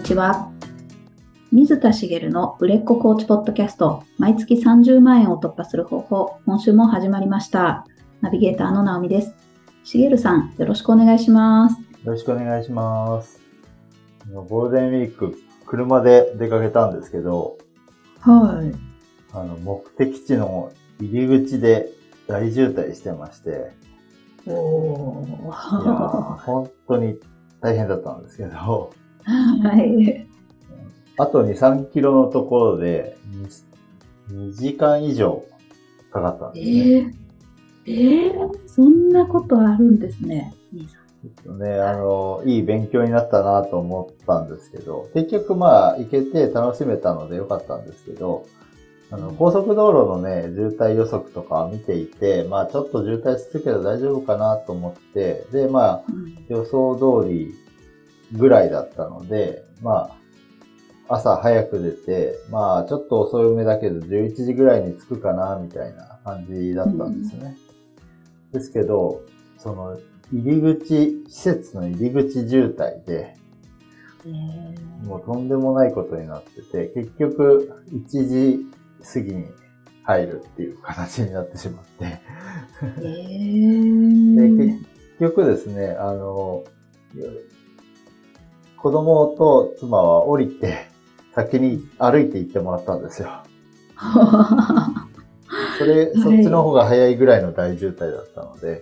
ちは。水田茂の売れっ子コーチポッドキャスト、毎月30万円を突破する方法、今週も始まりました。ナビゲーターの直美です。茂さん、よろしくお願いします。 よろしくお願いします。ゴールデンウィーク、車で出かけたんですけど、 はい。 目的地の入り口で大渋滞してまして、いや本当に大変だったんですけど、 はい。 あと2、3キロのところで2時間以上かかったんですね。 そんなことあるんですね。 いい勉強になったなと思ったんですけど、結局行けて楽しめたのでよかったんですけど、高速道路のね、渋滞予測とかを見ていて、ちょっと渋滞するけど大丈夫かなと思って、で、予想通りぐらいだったので、朝早く出て、ちょっと遅いめだけど11時ぐらいに着くかな、みたいな感じだったんですね。ですけど、その、施設の入り口渋滞で、もうとんでもないことになってて、結局、1時過ぎに入るっていう形になってしまって。で結局ですね、子供と妻は降りて、先に歩いて行ってもらったんですよ。そっちの方が早いぐらいの大渋滞だったので。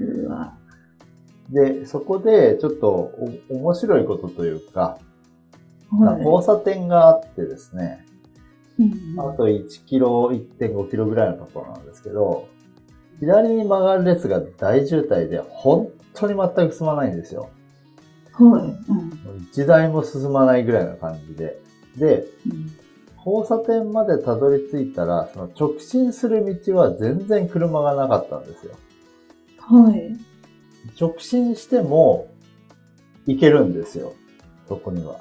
で、そこでちょっと面白いことというか、交差点があってですね、あと1キロ、1.5 キロぐらいのところなんですけど、左に曲がる列が大渋滞で本当に全く進まないんですよ。一台も進まないぐらいの感じで。で、交差点までたどり着いたら、その直進する道は全然車がなかったんですよ。直進しても行けるんですよ、そこには。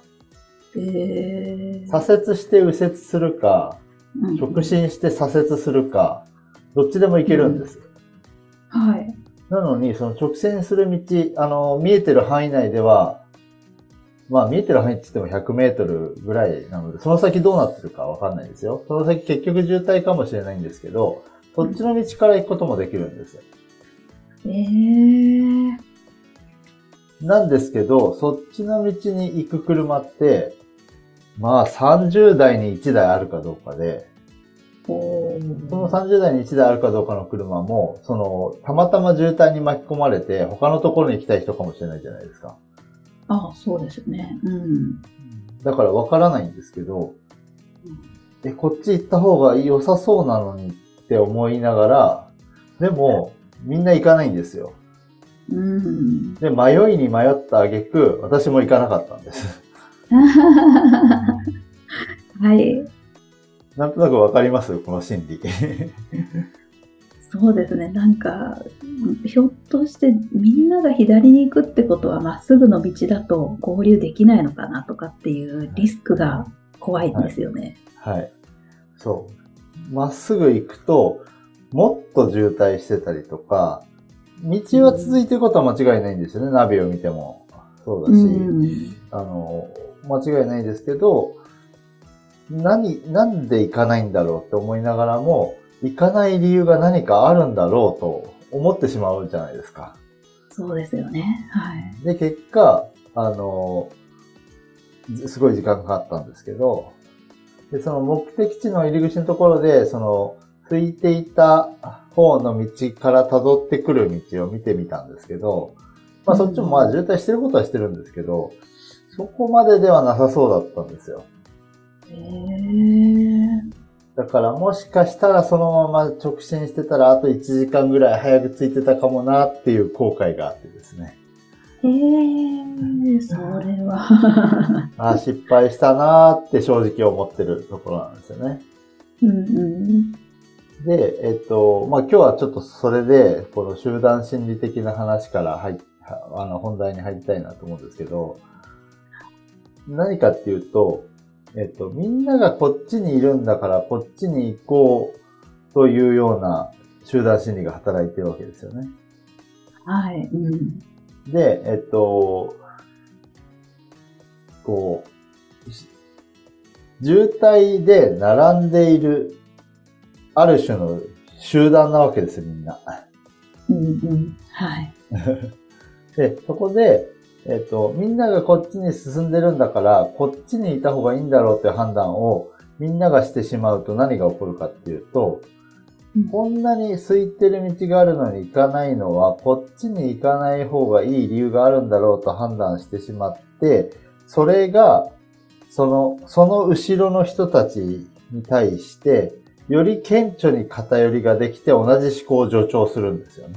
左折して右折するか、直進して左折するか、どっちでも行けるんです。なのに、その直線する道、見えてる範囲内では、見えてる範囲って言っても100メートルぐらいなので、その先どうなってるかわかんないですよ。その先結局渋滞かもしれないんですけど、そっちの道から行くこともできるんですよ。なんですけど、そっちの道に行く車って、30台に1台あるかどうかで、その30台に1台あるかどうかの車も、たまたま渋滞に巻き込まれて、他のところに行きたい人かもしれないじゃないですか。 そうですね。 だからわからないんですけど、こっち行った方が良さそうなのにって思いながら、でも、みんな行かないんですよ。で、迷いに迷った挙句、私も行かなかったんです。なんとなくわかりますこの心理。 そうですね。ひょっとしてみんなが左に行くってことはまっすぐの道だと合流できないのかなとかっていうリスクが怖いんですよね。 そう。まっすぐ行くと、もっと渋滞してたりとか、道は続いてることは間違いないんですよね。ナビを見てもそうだし、間違いないですけど、なんで行かないんだろうって思いながらも、行かない理由が何かあるんだろうと思ってしまうじゃないですか。 そうですよね。 で、結果、すごい時間かかったんですけど、で、その目的地の入り口のところで、空いていた方の道から辿ってくる道を見てみたんですけど、そっちも渋滞してることはしてるんですけど、そこまでではなさそうだったんですよ。だからもしかしたらそのまま直進してたらあと1時間ぐらい早く着いてたかもなっていう後悔があってですね。 それは失敗したなーって正直思ってるところなんですよね。で、今日はちょっとそれで、この集団心理的な話から本題に入りたいなと思うんですけど、何かっていうと、みんながこっちにいるんだからこっちに行こうというような集団心理が働いてるわけですよね。で、 渋滞で並んでいる、ある種の集団なわけですよ、みんな。 はい。 で、そこで、みんながこっちに進んでるんだから、こっちにいた方がいいんだろうっていう判断をみんながしてしまうと何が起こるかっていうと、こんなに空いてる道があるのに行かないのは、こっちに行かない方がいい理由があるんだろうと判断してしまって、それが、その後ろの人たちに対して、より顕著に偏りができて同じ思考を助長するんですよね。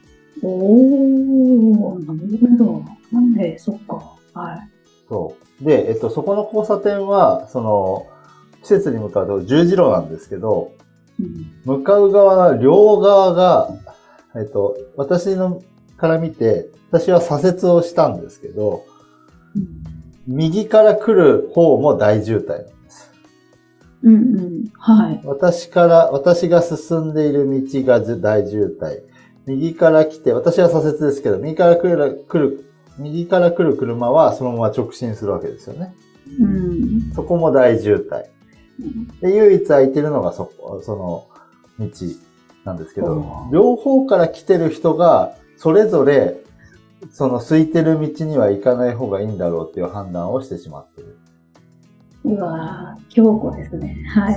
おー、なるほど。なんで、そっか。はい。 そう。で、そこの交差点は、施設に向かうと十字路なんですけど、向かう側の両側が、私のから見て、私は左折をしたんですけど、右から来る方も大渋滞なんです。 はい。 私が進んでいる道が大渋滞。右から来て、私は左折ですけど、右から来る車はそのまま直進するわけですよね。そこも大渋滞。で、唯一空いてるのがその道なんですけど、両方から来てる人が、それぞれ、その空いてる道には行かない方がいいんだろうっていう判断をしてしまっている。 うわぁ、強固ですね。はい。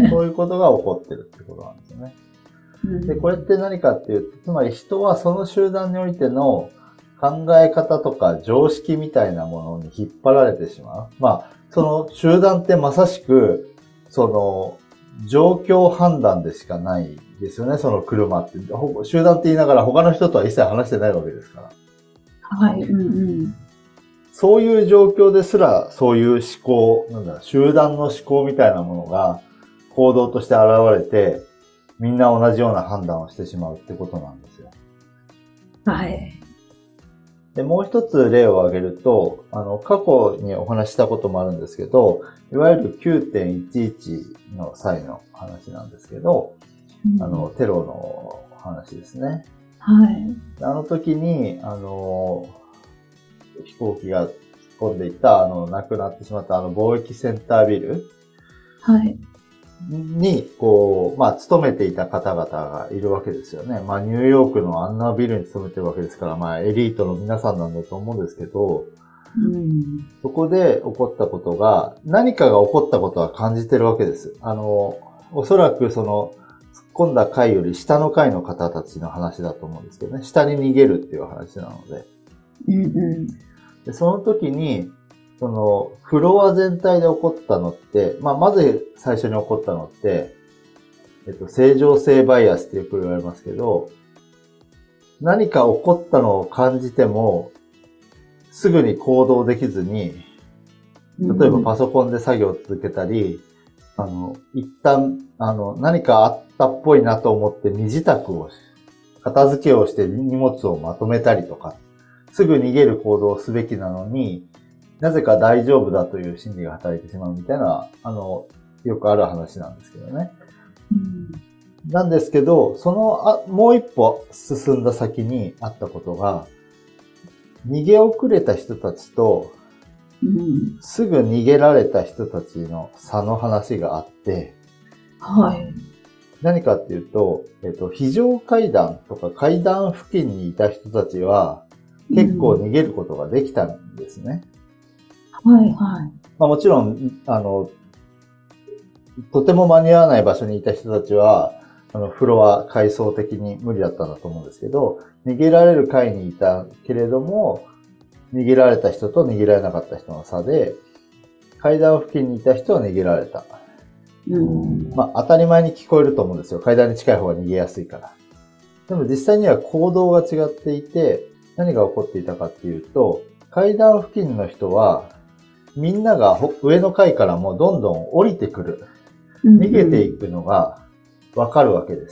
そういうことが起こってるってことなんですよね。で、これって何かっていうと、つまり人はその集団においての考え方とか常識みたいなものに引っ張られてしまう。まあ、その集団ってまさしく、状況判断でしかないですよね、その車って。集団って言いながら他の人とは一切話してないわけですから。 はい。 そういう状況ですら、そういう思考、集団の思考みたいなものが行動として現れて、みんな同じような判断をしてしまうってことなんですよ。 はい。 で、もう一つ例を挙げると、過去にお話ししたこともあるんですけど、いわゆる 9.11 の際の話なんですけど、テロの話ですね。 はい。 あの時に、飛行機が突っ込んでいた、亡くなってしまった貿易センタービル。 はい。 に、勤めていた方々がいるわけですよね。ニューヨークのあんなビルに勤めてるわけですから、エリートの皆さんなんだと思うんですけど、そこで起こったことが、何かが起こったことは感じてるわけです。おそらく突っ込んだ階より下の階の方たちの話だと思うんですけどね。下に逃げるっていう話なので。でその時に、フロア全体で起こったのって、まず最初に起こったのって、正常性バイアスってよく言われますけど、何か起こったのを感じても、すぐに行動できずに、例えばパソコンで作業を続けたり、一旦、何かあったっぽいなと思って身支度を片付けをして荷物をまとめたりとか、すぐ逃げる行動をすべきなのに、なぜか大丈夫だという心理が働いてしまうみたいな、よくある話なんですけどね。なんですけど、もう一歩進んだ先にあったことが、逃げ遅れた人たちと、すぐ逃げられた人たちの差の話があって、 はい。 何かっていうと、非常階段とか階段付近にいた人たちは、結構逃げることができたんですね。 はいはい。 もちろん、とても間に合わない場所にいた人たちは、フロア階層的に無理だったんだと思うんですけど、逃げられる階にいたけれども、逃げられた人と逃げられなかった人の差で、階段付近にいた人は逃げられた。当たり前に聞こえると思うんですよ。階段に近い方が逃げやすいから。でも実際には行動が違っていて、何が起こっていたかっていうと、階段付近の人は、みんなが上の階からもどんどん降りてくる。逃げていくのがわかるわけです。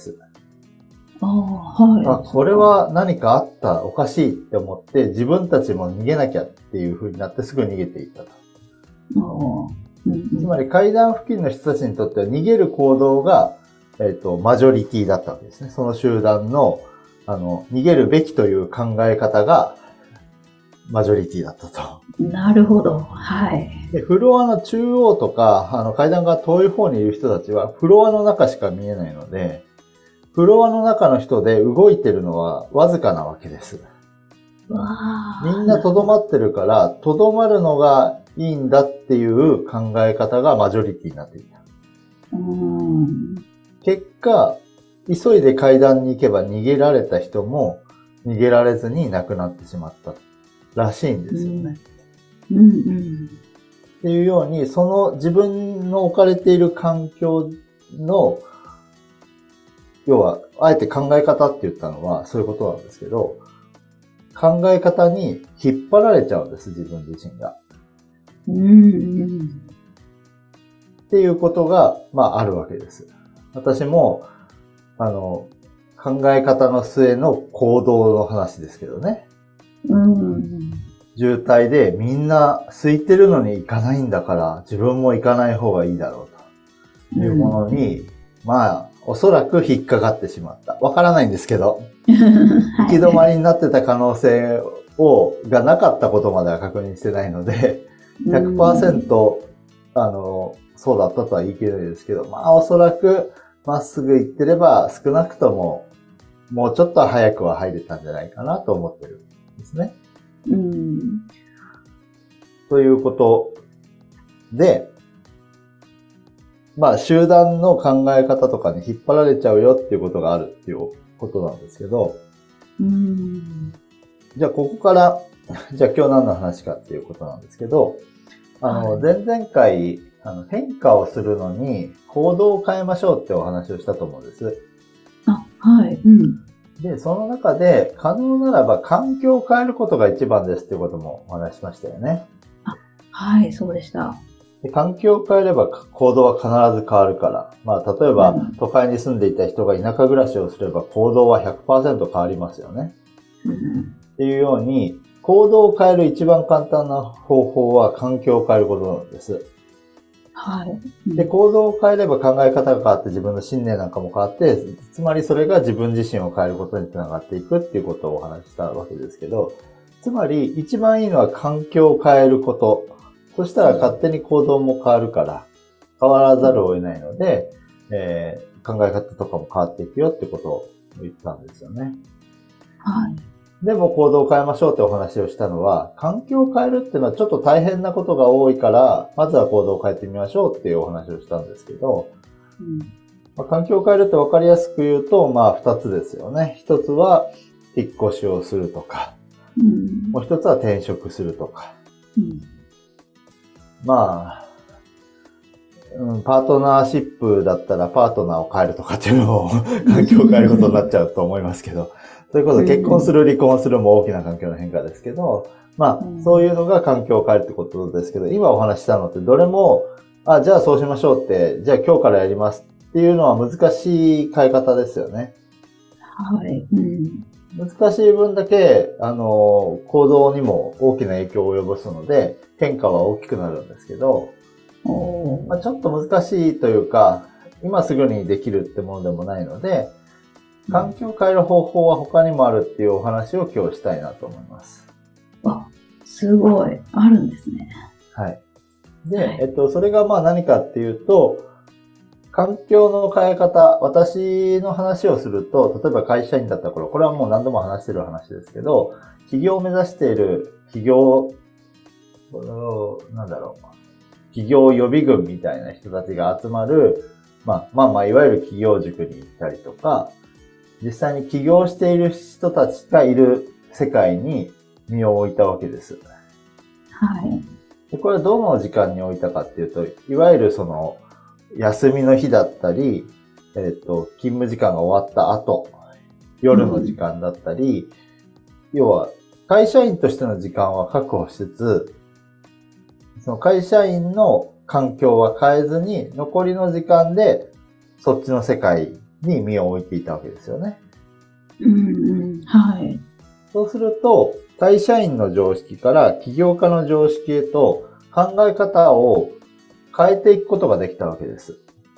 はい。 これは何かあった、おかしいって思って自分たちも逃げなきゃっていう風になってすぐ逃げていったと。つまり階段付近の人たちにとっては逃げる行動が、マジョリティだったわけですね。その集団の、逃げるべきという考え方がマジョリティだったと。 なるほど。はい。 で、フロアの中央とか、階段が遠い方にいる人たちは、フロアの中しか見えないので、フロアの中の人で動いてるのはわずかなわけです。みんなとどまってるから、とどまるのがいいんだっていう考え方がマジョリティになっていた。結果、急いで階段に行けば逃げられた人も逃げられずに亡くなってしまったらしいんですよね。っていうように、その自分の置かれている環境の、要は、あえて考え方って言ったのはそういうことなんですけど、考え方に引っ張られちゃうんです、自分自身が。っていうことが、あるわけです。私も、考え方の末の行動の話ですけどね。渋滞でみんな空いてるのに行かないんだから、自分も行かない方がいいだろうというものに、おそらく引っかかってしまった。わからないんですけど、行き止まりになってた可能性がなかったことまでは確認してないので、100%、そうだったとは言い切れないですけど、おそらくまっすぐ行ってれば少なくとももうちょっと早くは入れたんじゃないかなと思ってるんですね。ということで、集団の考え方とかに引っ張られちゃうよっていうことがあるっていうことなんですけど、じゃあここから、じゃあ今日何の話かっていうことなんですけど、前々回、変化をするのに行動を変えましょうってお話をしたと思うんです。で、その中で可能ならば環境を変えることが一番ですっていうこともお話しましたよね。 はい、そうでした。 で、環境を変えれば行動は必ず変わるから。例えば、都会に住んでいた人が田舎暮らしをすれば行動は 100% 変わりますよね。っていうように、行動を変える一番簡単な方法は環境を変えることなんです。で、行動を変えれば考え方が変わって自分の信念なんかも変わって、つまりそれが自分自身を変えることにつながっていくっていうことをお話ししたわけですけど、つまり一番いいのは環境を変えること。そしたら勝手に行動も変わるから、変わらざるを得ないので、考え方とかも変わっていくよってことを言ったんですよね。でも行動を変えましょうってお話をしたのは、環境を変えるっていうのはちょっと大変なことが多いから、まずは行動を変えてみましょうっていうお話をしたんですけど、環境を変えるって分かりやすく言うと、二つですよね。一つは引っ越しをするとか、もう一つは転職するとか。パートナーシップだったらパートナーを変えるとかっていうのを環境を変えることになっちゃうと思いますけど、そういうこと、結婚する、離婚するも大きな環境の変化ですけど、そういうのが環境を変えるってことですけど、今お話ししたのってどれも、じゃあそうしましょうって、じゃあ今日からやりますっていうのは難しい変え方ですよね。難しい分だけ、行動にも大きな影響を及ぼすので、変化は大きくなるんですけど、ちょっと難しいというか、今すぐにできるってものでもないので、環境を変える方法は他にもあるっていうお話を今日したいなと思います。 すごい。あるんですね。 で、それが何かっていうと、環境の変え方、私の話をすると、例えば会社員だった頃、これはもう何度も話してる話ですけど、起業を目指している企業予備軍みたいな人たちが集まる、いわゆる企業塾に行ったりとか、実際に起業している人たちがいる世界に身を置いたわけです。で、これはどの時間に置いたかっていうと、いわゆるその、休みの日だったり、勤務時間が終わった後、夜の時間だったり、要は、会社員としての時間は確保しつつ、その会社員の環境は変えずに、残りの時間でそっちの世界に身を置いていたわけですよね。そうすると、会社員の常識から起業家の常識へと考え方を変えていくことができたわけです。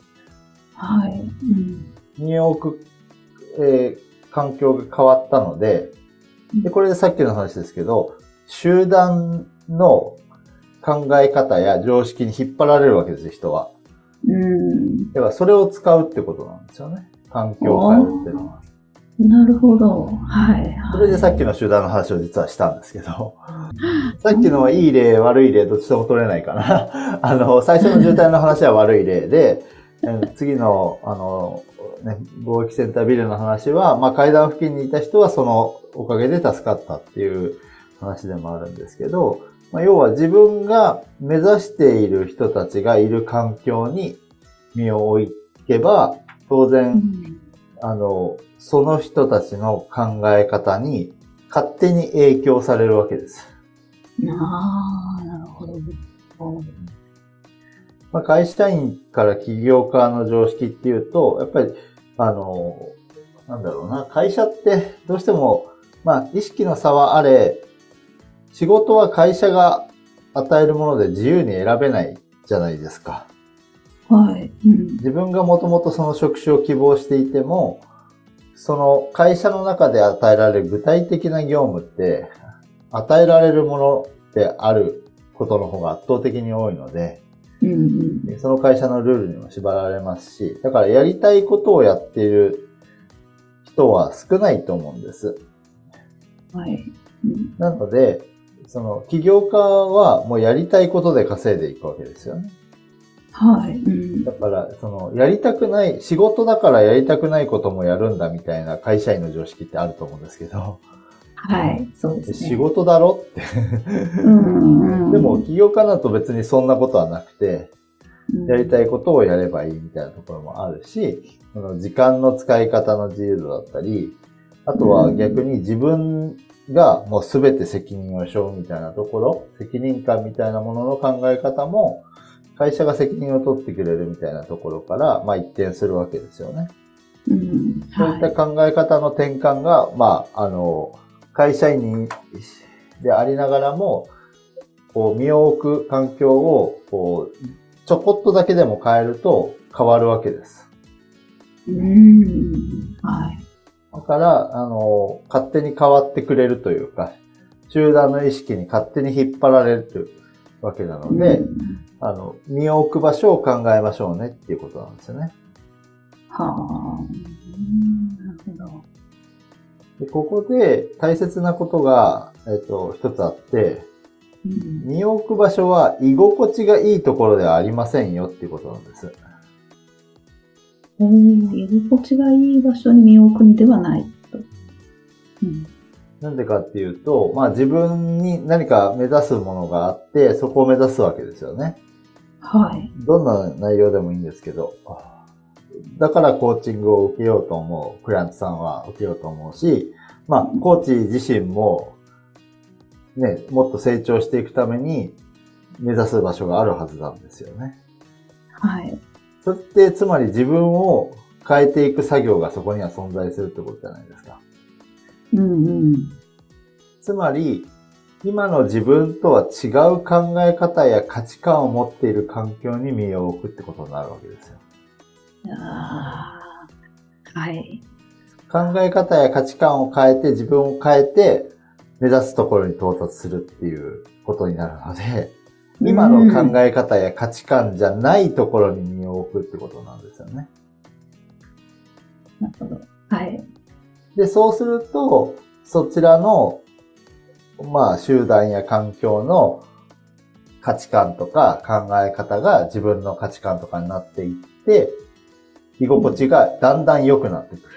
身を置く、環境が変わったので、これでさっきの話ですけど、 集団の考え方や常識に引っ張られるわけですよ、人は。だからそれを使うってことなんですよね。環境を変えるっていうのは。 なるほど。はい。 それでさっきの集団の話を実はしたんですけど、さっきのはいい例、悪い例、どっちでも取れないかな。最初の渋滞の話は悪い例で、次の、貿易センタービルの話は、まあ階段付近にいた人はそのおかげで助かったっていう話でもあるんですけど、まあ、要は自分が目指している人たちがいる環境に身を置けば、当然、その人たちの考え方に勝手に影響されるわけです。 ああ、なるほど。 まあ、会社員から起業家の常識っていうと、やっぱり、なんだろうな、会社ってどうしても、まあ、意識の差はあれ、仕事は会社が与えるもので自由に選べないじゃないですか。 はい。 自分がもともとその職種を希望していても、その会社の中で与えられる具体的な業務って、与えられるものであることの方が圧倒的に多いので、その会社のルールにも縛られますし、だからやりたいことをやっている人は少ないと思うんです。 はい。 なので、その起業家はもうやりたいことで稼いでいくわけですよね。 はい。 だから、やりたくない、仕事だからやりたくないこともやるんだみたいな会社員の常識ってあると思うんですけど。 はい、そうですね。 仕事だろってでも、起業家だと別にそんなことはなくて、やりたいことをやればいいみたいなところもあるし、時間の使い方の自由度だったり、あとは逆に自分がもうすべて責任を背負うみたいなところ、責任感みたいなものの考え方も、会社が責任を取ってくれるみたいなところから、まあ一転するわけですよね。そういった考え方の転換が、まあ、会社員でありながらも、こう、身を置く環境を、こう、ちょこっとだけでも変えると変わるわけです。 はい。 だから、勝手に変わってくれるというか、集団の意識に勝手に引っ張られるというわけなので、身を置く場所を考えましょうねっていうことなんですよね。 はあ、なるほど。 でここで大切なことが、一つあって、身を置く場所は居心地がいいところではありませんよっていうことなんです。 居心地がいい場所に身を置くんではないと。 なんでかっていうと、まあ自分に何か目指すものがあって、そこを目指すわけですよね。 はい。 どんな内容でもいいんですけど、だからコーチングを受けようと思うクライアントさんは受けようと思うし、まあコーチ自身もね、もっと成長していくために目指す場所があるはずなんですよね。 はい。 それってつまり自分を変えていく作業がそこには存在するってことじゃないですか。つまり、今の自分とは違う考え方や価値観を持っている環境に身を置くってことになるわけですよ。 はい。 考え方や価値観を変えて自分を変えて目指すところに到達するっていうことになるので、今の考え方や価値観じゃないところに身を置くってことなんですよね。 なるほど。はい。 で、そうすると、そちらの、まあ、集団や環境の価値観とか考え方が自分の価値観とかになっていって、居心地がだんだん良くなってくる。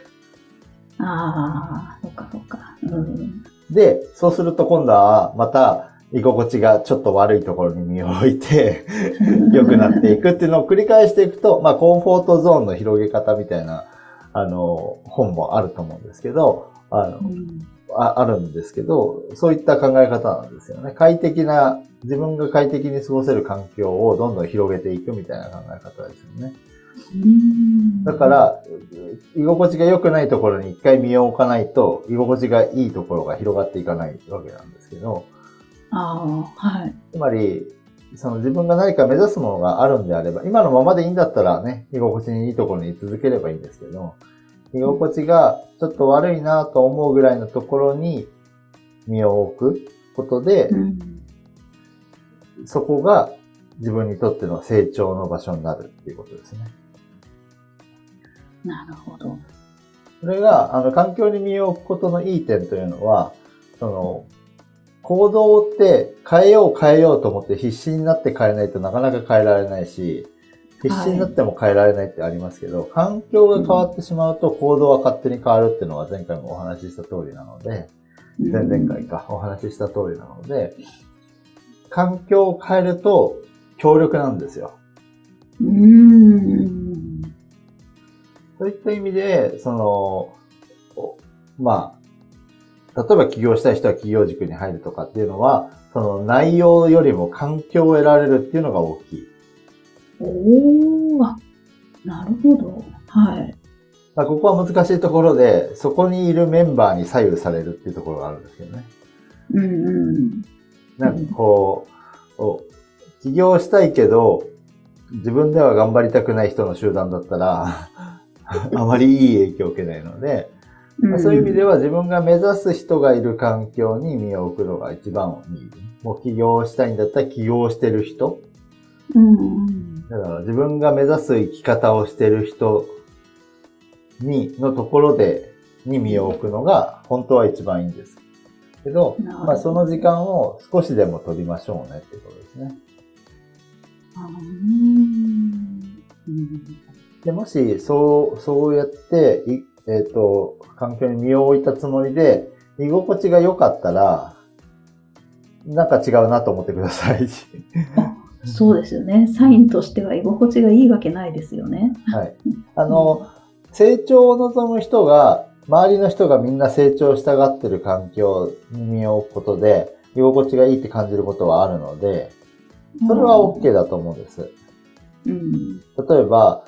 そっかそっか。 で、そうすると今度はまた居心地がちょっと悪いところに身を置いて良くなっていくっていうのを繰り返していくと、まあコンフォートゾーンの広げ方みたいな、本もあると思うんですけど、あるんですけど、そういった考え方なんですよね。自分が快適に過ごせる環境をどんどん広げていくみたいな考え方ですよね。だから、居心地が良くないところに一回身を置かないと、居心地がいいところが広がっていかないわけなんですけど、 はい。 つまり、自分が何か目指すものがあるんであれば、今のままでいいんだったらね、居心地にいいところに居続ければいいんですけど、居心地がちょっと悪いなと思うぐらいのところに身を置く。 ことで、 うん。 そこが自分にとっての成長の場所になるっていうことですね。 なるほど。 それが、環境に身を置くことのいい点というのは、行動って変えようと思って必死になって変えないとなかなか変えられないし、必死になっても変えられないってありますけど、環境が変わってしまうと行動は勝手に変わるっていうのは前回もお話しした通りなので、前々回かお話しした通りなので、環境を変えると強力なんですよ。そういった意味で、例えば起業したい人は企業塾に入るとかっていうのは、その内容よりも環境を得られるっていうのが大きい。 なるほど。はい。 ここは難しいところで、そこにいるメンバーに左右されるっていうところがあるんですけどね。起業したいけど、自分では頑張りたくない人の集団だったら、あまりいい影響を受けないので、そういう意味では自分が目指す人がいる環境に身を置くのが一番いい。もう起業したいんだったら起業してる人。だから自分が目指す生き方をしてる人のところに身を置くのが本当は一番いいんですけど、その時間を少しでも取りましょうねってことですね。でもしそうやって環境に身を置いたつもりで居心地が良かったらなんか違うなと思ってください。 そうですよね。サインとしては居心地がいいわけないですよね。 はい。成長を望む人が、周りの人がみんな成長したがってる環境に身を置くことで、居心地がいいって感じることはあるので、それは OK だと思うんです。例えば、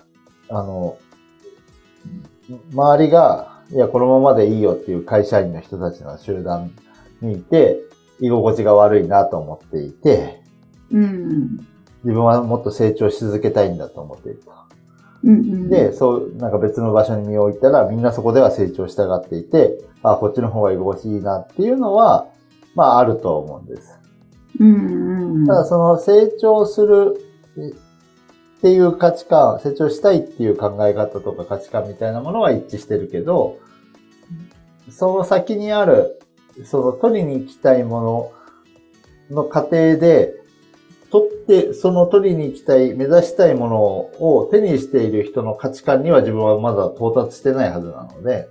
周りが、いや、このままでいいよっていう会社員の人たちの集団にいて、居心地が悪いなと思っていて、自分はもっと成長し続けたいんだと思っていた。で、なんか別の場所に身を置いたら、みんなそこでは成長したがっていて、こっちの方が居心地いいなっていうのは、あると思うんです。ただその成長するっていう価値観、成長したいっていう考え方とか価値観みたいなものは一致してるけど、その先にある、取りに行きたいものの過程で、その取りに行きたい、目指したいものを手にしている人の価値観には自分はまだ到達してないはずなので、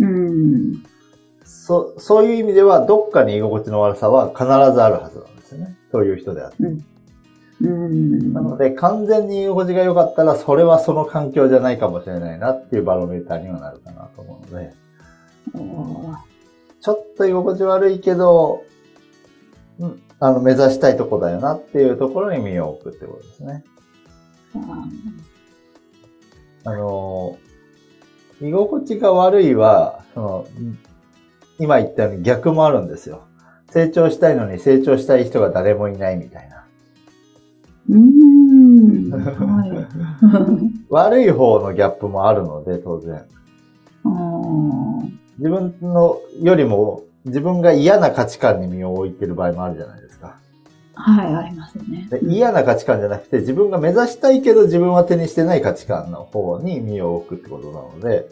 そういう意味ではどっかに居心地の悪さは必ずあるはずなんですよね。そういう人であって。なので完全に居心地が良かったらそれはその環境じゃないかもしれないなっていうバロメーターにはなるかなと思うので、ちょっと居心地悪いけど、目指したいとこだよなっていうところに身を置くってことですね。居心地が悪いは、今言ったように逆もあるんですよ。成長したいのに成長したい人が誰もいないみたいな。悪い方のギャップもあるので、当然。自分のよりも自分が嫌な価値観に身を置いてる場合もあるじゃないですか。 はい、ありますよね。 嫌な価値観じゃなくて、自分が目指したいけど自分は手にしてない価値観の方に身を置くってことなので、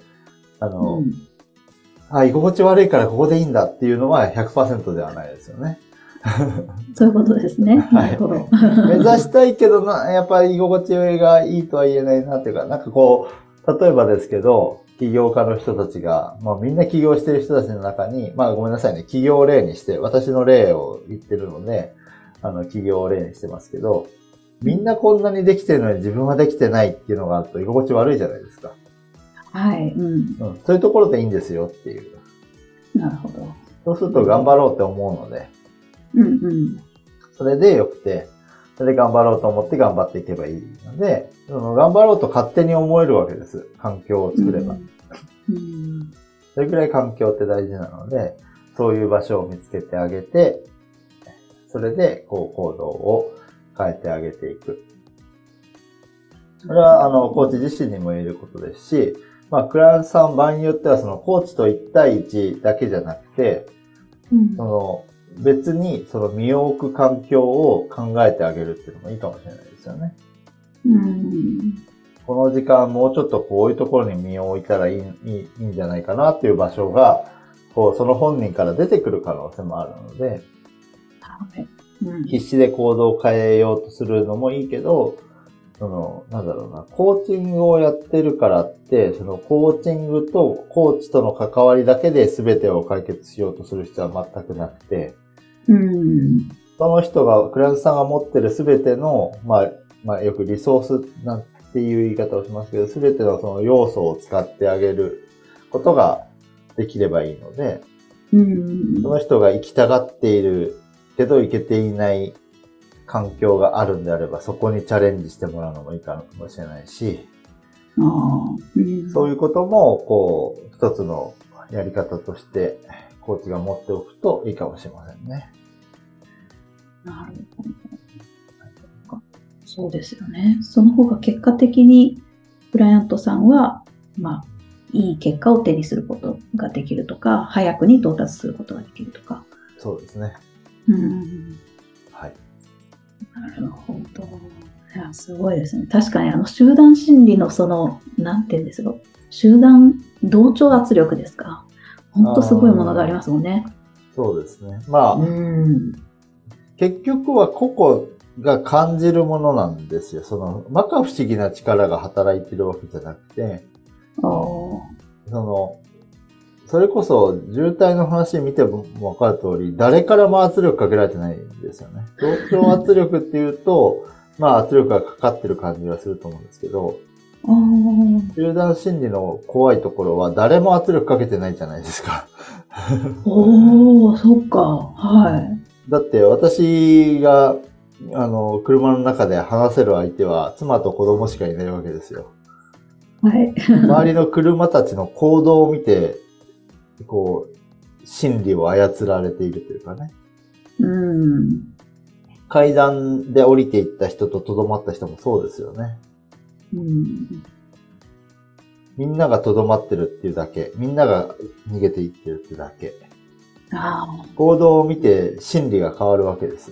居心地悪いからここでいいんだっていうのは 100% ではないですよね。 そういうことですね。なるほど。 目指したいけどやっぱり居心地がいいとは言えないなっていうか、なんか例えばですけど、起業家の人たちが、みんな起業してる人たちの中に、ごめんなさいね、起業を例にして、私の例を言ってるので、起業を例にしてますけど、みんなこんなにできてるのに自分はできてないっていうのがあると居心地悪いじゃないですか。 はい。 そういうところでいいんですよっていう。 なるほど。 そうすると頑張ろうって思うので、それでよくて、それで頑張ろうと思って頑張っていけばいいので、頑張ろうと勝手に思えるわけです。環境を作れば。それくらい環境って大事なので、そういう場所を見つけてあげて、それで行動を変えてあげていく。これはコーチ自身にも言えることですし、クライアントさん場合によってはコーチと1対1だけじゃなくて、 別にその身を置く環境を考えてあげるっていうのもいいかもしれないですよね。この時間もうちょっとこういうところに身を置いたらいいんじゃないかなっていう場所が、その本人から出てくる可能性もあるので、必死で行動を変えようとするのもいいけど、コーチングをやってるからって、そのコーチングとコーチとの関わりだけで全てを解決しようとする必要は全くなくて、その人が、クライアントさんが持ってる全ての、よくリソースなんていう言い方をしますけど、全てのその要素を使ってあげることができればいいので、その人が行きたがっているけど行けていない環境があるんであれば、そこにチャレンジしてもらうのもいいかもしれないし、そういうことも、一つのやり方として、コーチが持っておくといいかもしれませんね。 なるほど。そうですよね。その方が結果的に、クライアントさんは、いい結果を手にすることができるとか、早くに到達することができるとか。 そうですね。はい。 なるほど。いや、すごいですね。確かに集団心理のなんていうんですか、集団同調圧力ですか。本当すごいものがありますもんね。 そうですね。結局は個々が感じるものなんですよ。摩訶不思議な力が働いてるわけじゃなくて、それこそ渋滞の話見てもわかる通り、誰からも圧力かけられてないんですよね。同調圧力っていうと、圧力がかかってる感じがすると思うんですけど、集団心理の怖いところは誰も圧力かけてないじゃないですか。 そっか。はい。 だって私が、車の中で話せる相手は妻と子供しかいないわけですよ。 はい。 周りの車たちの行動を見て、心理を操られているというかね。階段で降りていった人と留まった人もそうですよね。みんなが留まってるっていうだけ。みんなが逃げていってるっていうだけ。行動を見て心理が変わるわけです。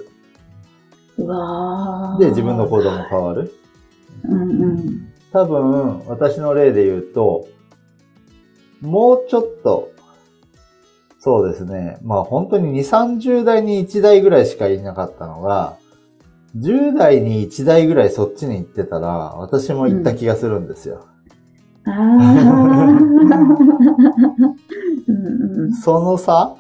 で、自分の行動も変わる。多分、私の例で言うと、もうちょっと、そうですね。本当に2、30代に1台ぐらいしかいなかったのが、10代に1台ぐらいそっちに行ってたら、私も行った気がするんですよ。その差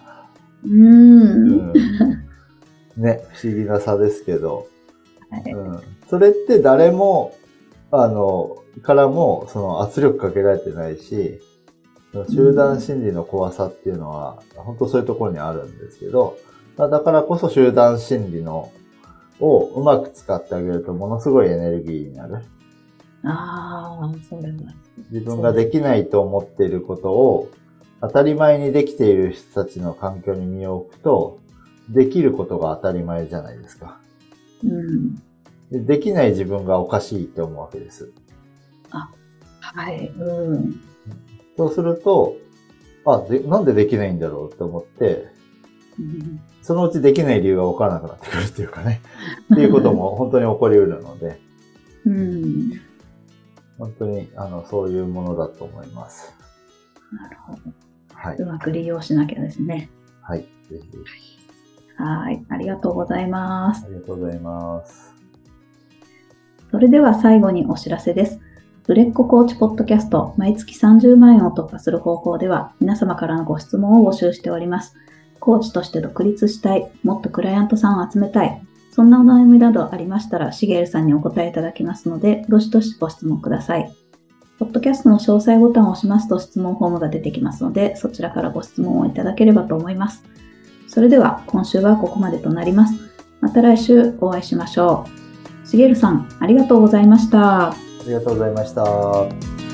ね、不思議な差ですけど、それって誰も、からも、圧力かけられてないし、集団心理の怖さっていうのは、本当そういうところにあるんですけど、だからこそ集団心理をうまく使ってあげるとものすごいエネルギーになる。 そうです。 自分ができないと思っていることを当たり前にできている人たちの環境に身を置くと、できることが当たり前じゃないですか。できない自分がおかしいって思うわけです。 はい。 そうすると、なんでできないんだろうって思って、そのうちできない理由が分からなくなってくるっていうかね。っていうことも本当に起こり得るので。本当に、そういうものだと思います。 なるほど。 はい。 うまく利用しなきゃですね。 はい。ぜひぜひ。はい。ありがとうございます。 ありがとうございます。 それでは最後にお知らせです。売れっ子コーチポッドキャスト、毎月30万円を突破する方法では、皆様からのご質問を募集しております。コーチとして独立したい、もっとクライアントさんを集めたい、そんなお悩みなどありましたら、しげるさんにお答えいただきますので、どしどしご質問ください。ポッドキャストの詳細ボタンを押しますと質問フォームが出てきますので、そちらからご質問をいただければと思います。それでは、今週はここまでとなります。また来週お会いしましょう。しげるさん、ありがとうございました。 ありがとうございました。